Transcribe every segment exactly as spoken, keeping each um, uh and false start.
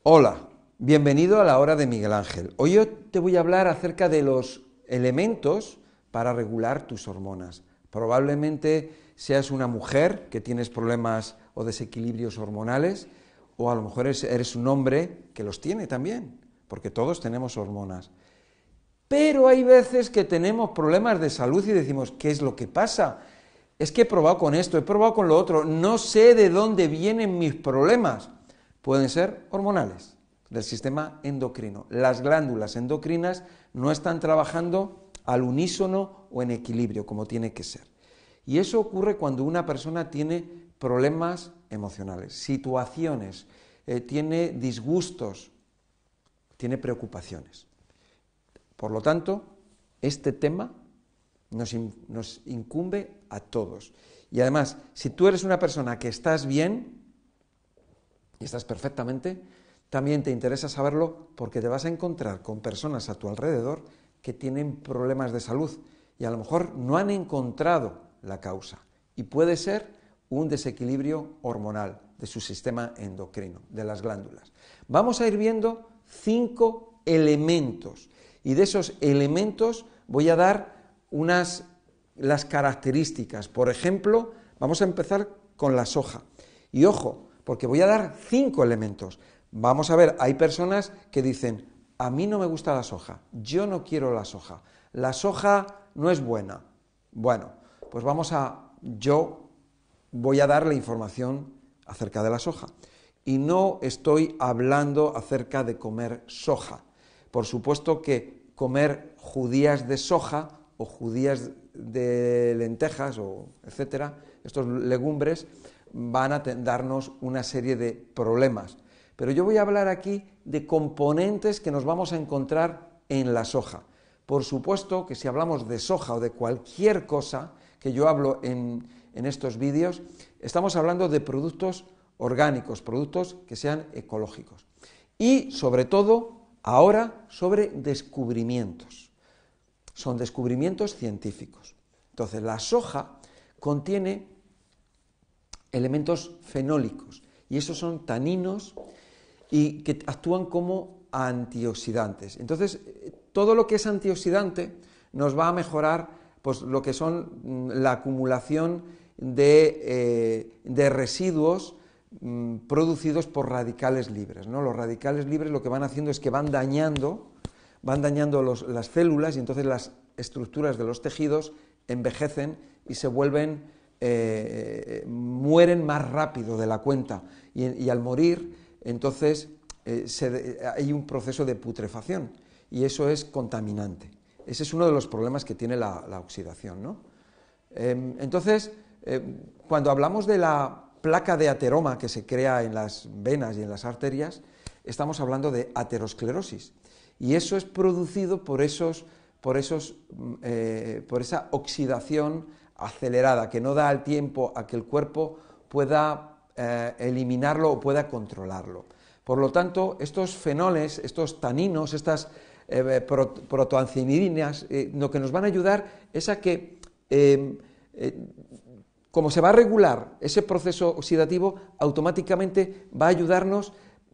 Hola, bienvenido a la hora de Miguel Ángel. Hoy yo te voy a hablar acerca de los elementos para regular tus hormonas. Probablemente seas una mujer que tienes problemas o desequilibrios hormonales, o a lo mejor eres un hombre que los tiene también, porque todos tenemos hormonas. Pero hay veces que tenemos problemas de salud y decimos, ¿qué es lo que pasa? Es que he probado con esto, he probado con lo otro, no sé de dónde vienen mis problemas. Pueden ser hormonales, del sistema endocrino. Las glándulas endocrinas no están trabajando al unísono o en equilibrio, como tiene que ser. Y eso ocurre cuando una persona tiene problemas emocionales, situaciones, eh, tiene disgustos, tiene preocupaciones. Por lo tanto, este tema nos, in, nos incumbe a todos. Y además, si tú eres una persona que estás bien, y estás perfectamente, también te interesa saberlo porque te vas a encontrar con personas a tu alrededor que tienen problemas de salud y a lo mejor no han encontrado la causa. Y puede ser un desequilibrio hormonal de su sistema endocrino, de las glándulas. Vamos a ir viendo cinco elementos y de esos elementos voy a dar unas las características. Por ejemplo, vamos a empezar con la soja. Y ojo, porque voy a dar cinco elementos. Vamos a ver, hay personas que dicen, a mí no me gusta la soja, yo no quiero la soja, la soja no es buena. Bueno, pues vamos a, yo voy a dar la información acerca de la soja. Y no estoy hablando acerca de comer soja. Por supuesto que comer judías de soja o judías de lentejas, o etcétera, estos legumbres, van a darnos una serie de problemas. Pero yo voy a hablar aquí de componentes que nos vamos a encontrar en la soja. Por supuesto que si hablamos de soja o de cualquier cosa que yo hablo en, en estos vídeos, estamos hablando de productos orgánicos, productos que sean ecológicos. Y sobre todo, ahora, sobre descubrimientos. Son descubrimientos científicos. Entonces, la soja contiene elementos fenólicos, y esos son taninos y que actúan como antioxidantes. Entonces, todo lo que es antioxidante nos va a mejorar pues, lo que son la acumulación de, eh, de residuos mm, producidos por radicales libres, ¿no? Los radicales libres lo que van haciendo es que van dañando, van dañando los, las células, y entonces las estructuras de los tejidos envejecen y se vuelven Eh, mueren más rápido de la cuenta y, y al morir entonces eh, se, hay un proceso de putrefacción y eso es contaminante. Ese es uno de los problemas que tiene la, la oxidación, ¿no? Eh, entonces, eh, cuando hablamos de la placa de ateroma que se crea en las venas y en las arterias, estamos hablando de aterosclerosis y eso es producido por, esos, por, esos, eh, por esa oxidación acelerada, que no da el tiempo a que el cuerpo pueda eh, eliminarlo o pueda controlarlo. Por lo tanto, estos fenoles, estos taninos, estas eh, pro, protoancidininas, eh, lo que nos van a ayudar es a que, eh, eh, como se va a regular ese proceso oxidativo, automáticamente va a ayudarnos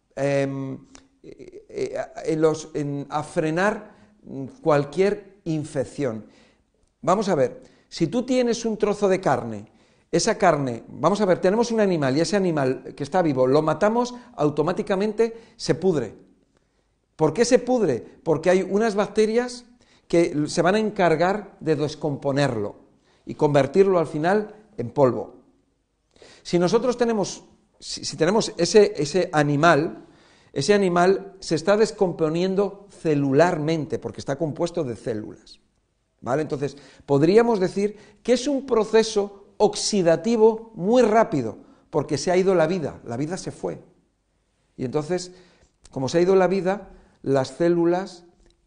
eh, eh, en los, en, a frenar cualquier infección. Vamos a ver. Si tú tienes un trozo de carne, esa carne, vamos a ver, tenemos un animal y ese animal que está vivo, lo matamos, automáticamente se pudre. ¿Por qué se pudre? Porque hay unas bacterias que se van a encargar de descomponerlo y convertirlo al final en polvo. Si nosotros tenemos, si, si tenemos ese, ese animal, ese animal se está descomponiendo celularmente porque está compuesto de células. ¿Vale? Entonces, podríamos decir que es un proceso oxidativo muy rápido, porque se ha ido la vida, la vida se fue. Y entonces, como se ha ido la vida, las células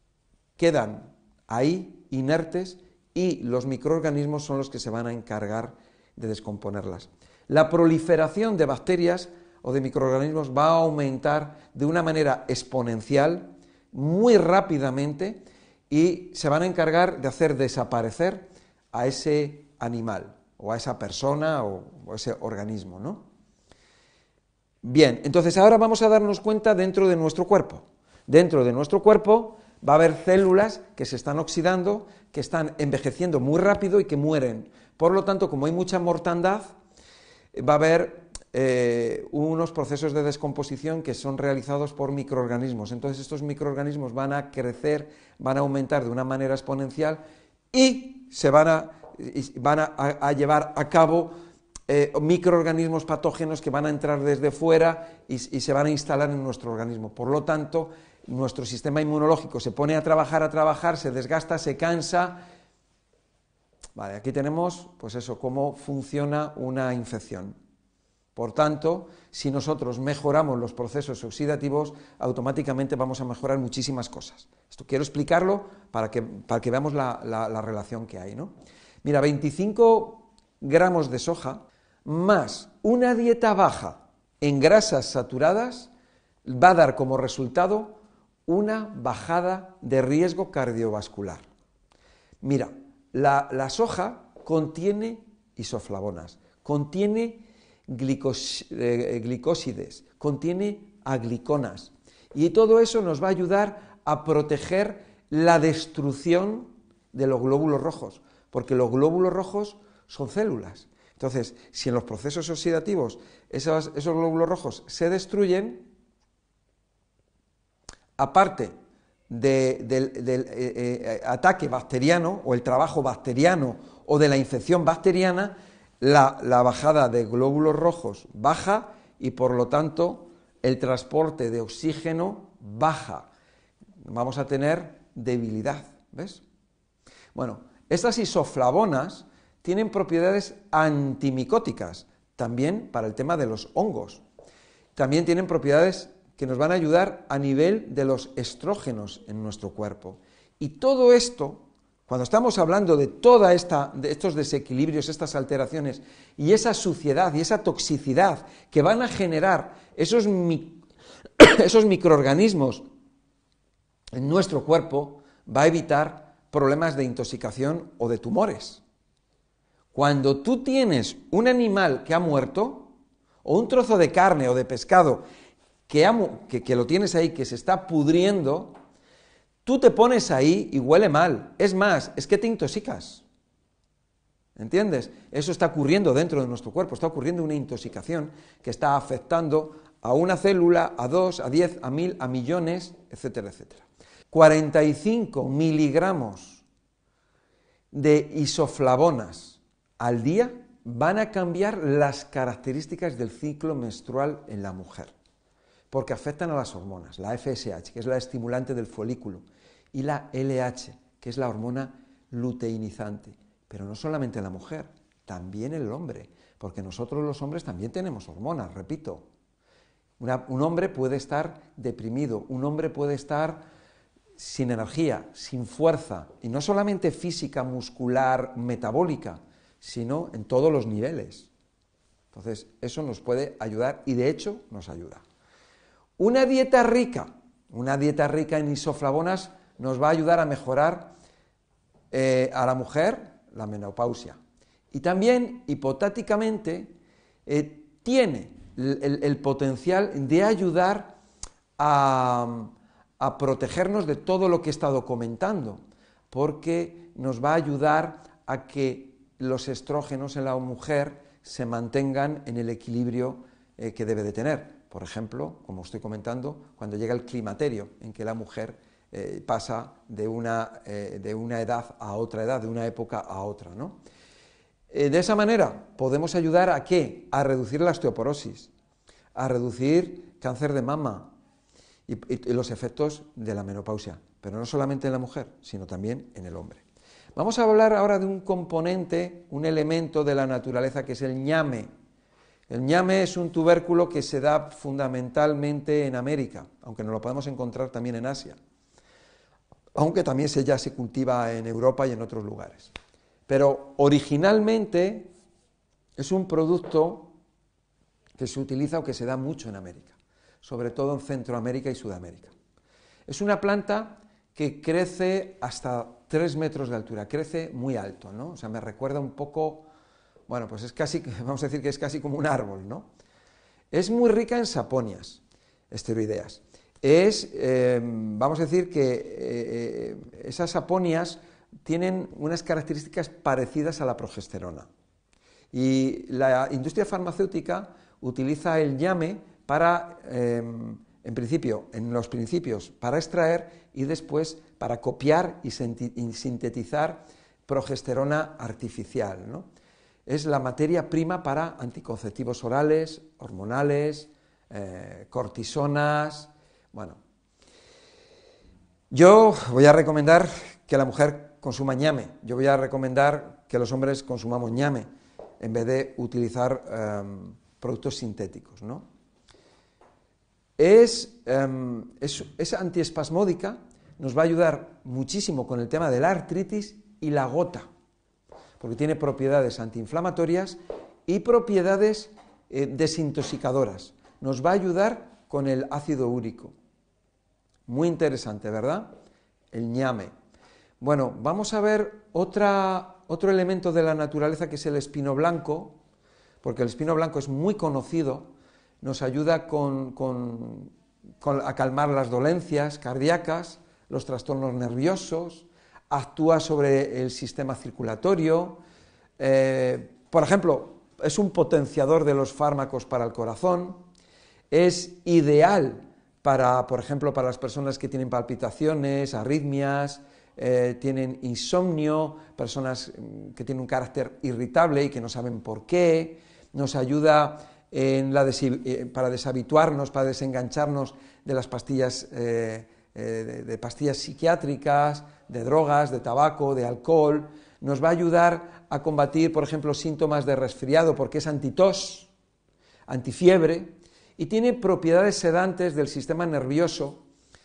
quedan ahí inertes y los microorganismos son los que se van a encargar de descomponerlas. La proliferación de bacterias o de microorganismos va a aumentar de una manera exponencial, muy rápidamente, y se van a encargar de hacer desaparecer a ese animal, o a esa persona, o, o ese organismo, ¿no? Bien, entonces ahora vamos a darnos cuenta dentro de nuestro cuerpo. Dentro de nuestro cuerpo va a haber células que se están oxidando, que están envejeciendo muy rápido y que mueren. Por lo tanto, como hay mucha mortandad, va a haber eh, unos procesos de descomposición que son realizados por microorganismos. Entonces estos microorganismos van a crecer, van a aumentar de una manera exponencial y se van a, y van a, a llevar a cabo eh, microorganismos patógenos que van a entrar desde fuera y, y se van a instalar en nuestro organismo. Por lo tanto, nuestro sistema inmunológico se pone a trabajar, a trabajar, se desgasta, se cansa. Vale, aquí tenemos, pues eso, cómo funciona una infección. Por tanto, si nosotros mejoramos los procesos oxidativos, automáticamente vamos a mejorar muchísimas cosas. Esto quiero explicarlo para que, para que veamos la, la, la relación que hay, ¿no? Mira, veinticinco gramos de soja más una dieta baja en grasas saturadas va a dar como resultado una bajada de riesgo cardiovascular. Mira, la, la soja contiene isoflavonas, contiene glicos, eh, glicósides, contiene agliconas, y todo eso nos va a ayudar a proteger la destrucción de los glóbulos rojos, porque los glóbulos rojos son células. Entonces, si en los procesos oxidativos esos, esos glóbulos rojos se destruyen, aparte de, del, del eh, eh, ataque bacteriano o el trabajo bacteriano o de la infección bacteriana, la, la bajada de glóbulos rojos baja y por lo tanto el transporte de oxígeno baja. Vamos a tener debilidad, ¿ves? Bueno, estas isoflavonas tienen propiedades antimicóticas, también para el tema de los hongos. También tienen propiedades que nos van a ayudar a nivel de los estrógenos en nuestro cuerpo. Y todo esto, cuando estamos hablando de toda esta, de estos desequilibrios, estas alteraciones y esa suciedad y esa toxicidad que van a generar esos, mi, esos microorganismos en nuestro cuerpo, va a evitar problemas de intoxicación o de tumores. Cuando tú tienes un animal que ha muerto, o un trozo de carne o de pescado que, ha, que, que lo tienes ahí, que se está pudriendo, tú te pones ahí y huele mal. Es más, es que te intoxicas. ¿Entiendes? Eso está ocurriendo dentro de nuestro cuerpo, está ocurriendo una intoxicación que está afectando a una célula, a dos, a diez, a mil, a millones, etcétera, etcétera. cuarenta y cinco miligramos de isoflavonas al día van a cambiar las características del ciclo menstrual en la mujer, porque afectan a las hormonas, la F S H, que es la estimulante del folículo, y la L H, que es la hormona luteinizante, pero no solamente en la mujer, también en el hombre, porque nosotros los hombres también tenemos hormonas, repito. Una, un hombre puede estar deprimido, un hombre puede estar sin energía, sin fuerza, y no solamente física, muscular, metabólica, sino en todos los niveles. Entonces, eso nos puede ayudar y de hecho nos ayuda. Una dieta rica, una dieta rica en isoflavonas nos va a ayudar a mejorar eh, a la mujer la menopausia. Y también, hipotéticamente, eh, tiene el, el, el potencial de ayudar a, a protegernos de todo lo que he estado comentando, porque nos va a ayudar a que los estrógenos en la mujer se mantengan en el equilibrio eh, que debe de tener. Por ejemplo, como estoy comentando, cuando llega el climaterio, en que la mujer eh, pasa de una, eh, de una edad a otra edad, de una época a otra, ¿no? Eh, de esa manera podemos ayudar a ¿qué? A reducir la osteoporosis, a reducir cáncer de mama y, y, y los efectos de la menopausia, pero no solamente en la mujer, sino también en el hombre. Vamos a hablar ahora de un componente, un elemento de la naturaleza que es el ñame. El ñame es un tubérculo que se da fundamentalmente en América, aunque nos lo podemos encontrar también en Asia, aunque también se, ya se cultiva en Europa y en otros lugares. Pero originalmente es un producto que se utiliza o que se da mucho en América, sobre todo en Centroamérica y Sudamérica. Es una planta que crece hasta tres metros de altura, crece muy alto, ¿no? O sea, me recuerda un poco, bueno, pues es casi, vamos a decir que es casi como un árbol, ¿no? Es muy rica en saponias esteroideas. Es, eh, vamos a decir que eh, esas saponias tienen unas características parecidas a la progesterona. Y la industria farmacéutica utiliza el ñame para, eh, en principio, en los principios, para extraer y después para copiar y, y sintetizar progesterona artificial, ¿no? Es la materia prima para anticonceptivos orales, hormonales, eh, cortisonas. Bueno, yo voy a recomendar que la mujer consuma ñame, yo voy a recomendar que los hombres consumamos ñame en vez de utilizar eh, productos sintéticos, ¿no? Es, eh, es, es antiespasmódica, nos va a ayudar muchísimo con el tema de la artritis y la gota, porque tiene propiedades antiinflamatorias y propiedades eh, desintoxicadoras. Nos va a ayudar con el ácido úrico. Muy interesante, ¿verdad? El ñame. Bueno, vamos a ver otra, otro elemento de la naturaleza que es el espino blanco, porque el espino blanco es muy conocido, nos ayuda con, con, con, a calmar las dolencias cardíacas, los trastornos nerviosos, actúa sobre el sistema circulatorio, eh, por ejemplo, es un potenciador de los fármacos para el corazón, es ideal para, por ejemplo, para las personas que tienen palpitaciones, arritmias, eh, tienen insomnio, personas que tienen un carácter irritable y que no saben por qué, nos ayuda en la des para deshabituarnos, para desengancharnos de las pastillas, eh, eh, de, de pastillas psiquiátricas, de drogas, de tabaco, de alcohol, nos va a ayudar a combatir, por ejemplo, síntomas de resfriado, porque es antitos, antifiebre, y tiene propiedades sedantes del sistema nervioso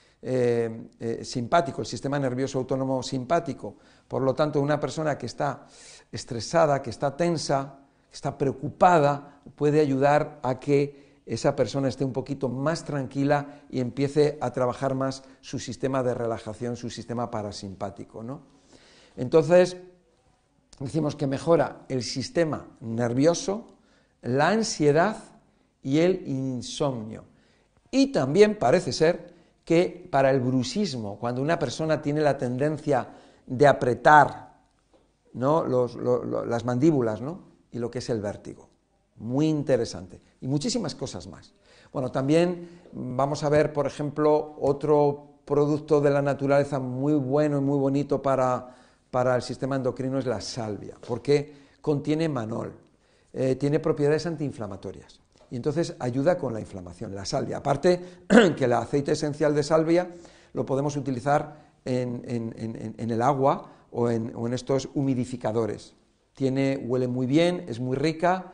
eh, eh, simpático, el sistema nervioso autónomo simpático. Por lo tanto, una persona que está estresada, que está tensa, que está preocupada, puede ayudar a que esa persona esté un poquito más tranquila y empiece a trabajar más su sistema de relajación, su sistema parasimpático, ¿no? Entonces, decimos que mejora el sistema nervioso, la ansiedad y el insomnio. Y también parece ser que para el bruxismo, cuando una persona tiene la tendencia de apretar, ¿no?, los, lo, lo, las mandíbulas, ¿no?, y lo que es el vértigo. Muy interesante. Y muchísimas cosas más. Bueno, también vamos a ver, por ejemplo, otro producto de la naturaleza muy bueno y muy bonito para, para el sistema endocrino es la salvia, porque contiene manol, eh, tiene propiedades antiinflamatorias. Y entonces ayuda con la inflamación, la salvia. Aparte que el aceite esencial de salvia lo podemos utilizar en, en, en, en el agua o en, o en estos humidificadores. Tiene, huele muy bien, es muy rica,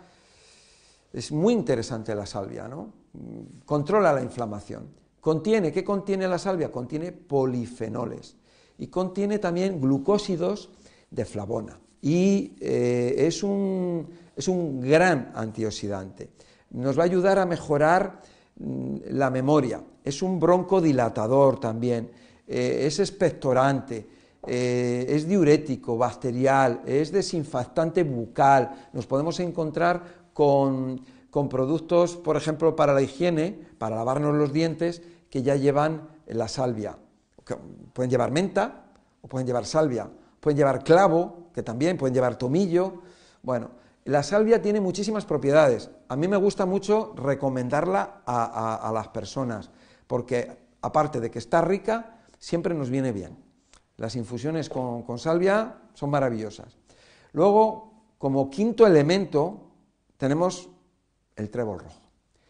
es muy interesante la salvia, ¿no? Controla la inflamación. Contiene, ¿qué contiene la salvia? Contiene polifenoles y contiene también glucósidos de flavona. Y eh, es, un, es un gran antioxidante. Nos va a ayudar a mejorar mm, la memoria, es un broncodilatador también, eh, es expectorante, eh, es diurético, bacterial, es desinfectante bucal. Nos podemos encontrar con, con productos, por ejemplo, para la higiene, para lavarnos los dientes, que ya llevan la salvia. Pueden llevar menta, o pueden llevar salvia, pueden llevar clavo, que también pueden llevar tomillo. Bueno, la salvia tiene muchísimas propiedades. A mí me gusta mucho recomendarla a, a, a las personas, porque aparte de que está rica, siempre nos viene bien. Las infusiones con, con salvia son maravillosas. Luego, como quinto elemento, tenemos el trébol rojo.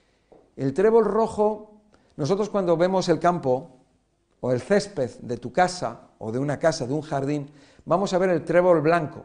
El trébol rojo, nosotros cuando vemos el campo o el césped de tu casa o de una casa, de un jardín, vamos a ver el trébol blanco.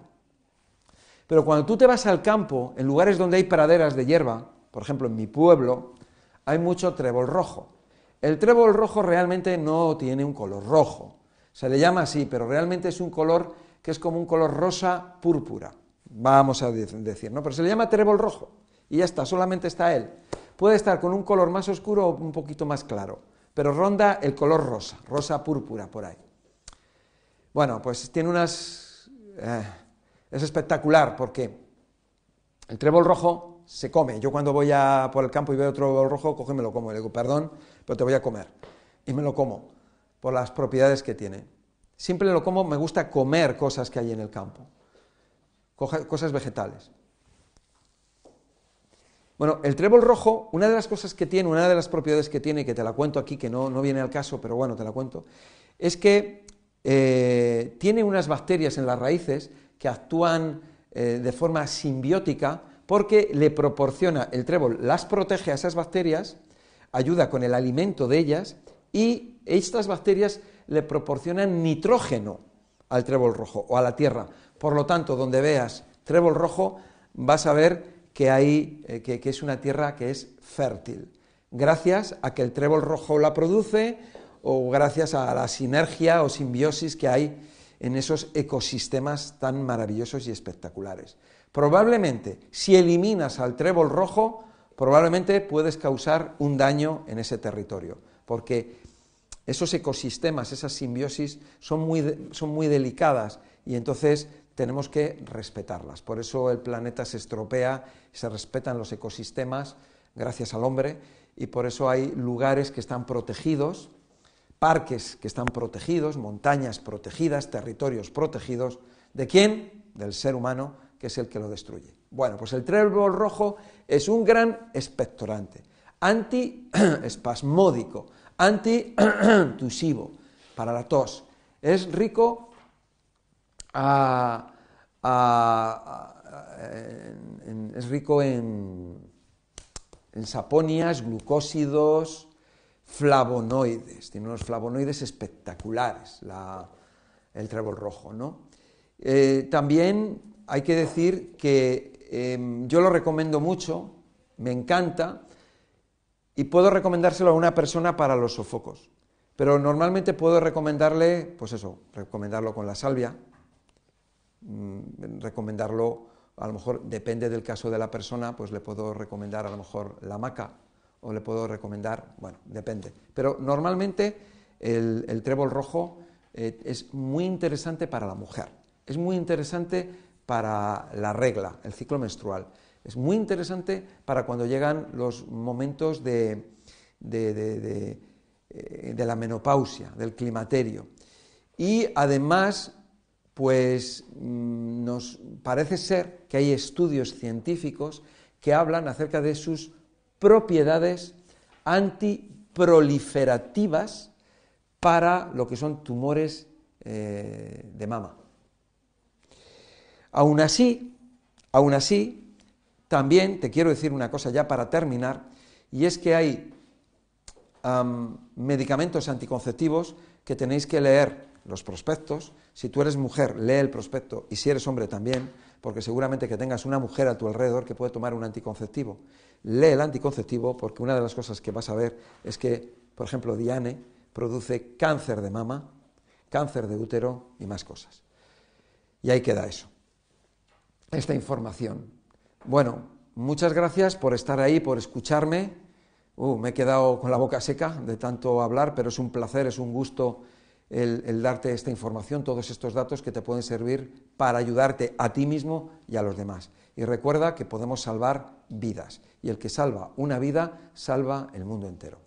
Pero cuando tú te vas al campo, en lugares donde hay praderas de hierba, por ejemplo en mi pueblo, hay mucho trébol rojo. El trébol rojo realmente no tiene un color rojo, se le llama así, pero realmente es un color que es como un color rosa púrpura, vamos a decir, ¿no? Pero se le llama trébol rojo y ya está, solamente está él. Puede estar con un color más oscuro o un poquito más claro, pero ronda el color rosa, rosa púrpura por ahí. Bueno, pues tiene unas... Eh, es espectacular porque el trébol rojo se come. Yo cuando voy a, por el campo y veo otro trébol rojo, cojo y me lo como. Y le digo, perdón, pero te voy a comer. Y me lo como, por las propiedades que tiene. Siempre lo como, me gusta comer cosas que hay en el campo, cosas vegetales. Bueno, el trébol rojo, una de las cosas que tiene, una de las propiedades que tiene, que te la cuento aquí, que no, no viene al caso, pero bueno, te la cuento, es que eh, tiene unas bacterias en las raíces que actúan eh, de forma simbiótica porque le proporciona, el trébol las protege a esas bacterias, ayuda con el alimento de ellas y estas bacterias le proporcionan nitrógeno al trébol rojo o a la tierra. Por lo tanto, donde veas trébol rojo, vas a ver que, hay, eh, que, que es una tierra que es fértil, gracias a que el trébol rojo la produce o gracias a la sinergia o simbiosis que hay en esos ecosistemas tan maravillosos y espectaculares. Probablemente, si eliminas al trébol rojo, probablemente puedes causar un daño en ese territorio, porque esos ecosistemas, esas simbiosis, son muy, son muy delicadas y entonces tenemos que respetarlas. Por eso el planeta se estropea, se respetan los ecosistemas gracias al hombre y por eso hay lugares que están protegidos, parques que están protegidos, montañas protegidas, territorios protegidos. ¿De quién? Del ser humano, que es el que lo destruye. Bueno, pues el trébol rojo es un gran expectorante, antiespasmódico, antitusivo, para la tos. Es rico a, a, a, en, en, es rico en, en saponias, glucósidos, flavonoides. Tiene unos flavonoides espectaculares la, el trébol rojo, ¿no? Eh, también hay que decir que eh, yo lo recomiendo mucho, me encanta, y puedo recomendárselo a una persona para los sofocos, pero normalmente puedo recomendarle, pues eso, recomendarlo con la salvia, mmm, recomendarlo, a lo mejor depende del caso de la persona, pues le puedo recomendar a lo mejor la maca, o le puedo recomendar, bueno, depende, pero normalmente el, el trébol rojo eh, es muy interesante para la mujer, es muy interesante para la regla, el ciclo menstrual. Es muy interesante para cuando llegan los momentos de, de, de, de, de la menopausia, del climaterio. Y además, pues nos parece ser que hay estudios científicos que hablan acerca de sus propiedades antiproliferativas para lo que son tumores eh, de mama. Aún así, aún así, también te quiero decir una cosa ya para terminar, y es que hay um, medicamentos anticonceptivos que tenéis que leer los prospectos. Si tú eres mujer, lee el prospecto, y si eres hombre también, porque seguramente que tengas una mujer a tu alrededor que puede tomar un anticonceptivo. Lee el anticonceptivo porque una de las cosas que vas a ver es que, por ejemplo, Diane produce cáncer de mama, cáncer de útero y más cosas. Y ahí queda eso, esta información. Bueno, muchas gracias por estar ahí, por escucharme. Uh, me he quedado con la boca seca de tanto hablar, pero es un placer, es un gusto el, el darte esta información, todos estos datos que te pueden servir para ayudarte a ti mismo y a los demás. Y recuerda que podemos salvar vidas, y el que salva una vida, salva el mundo entero.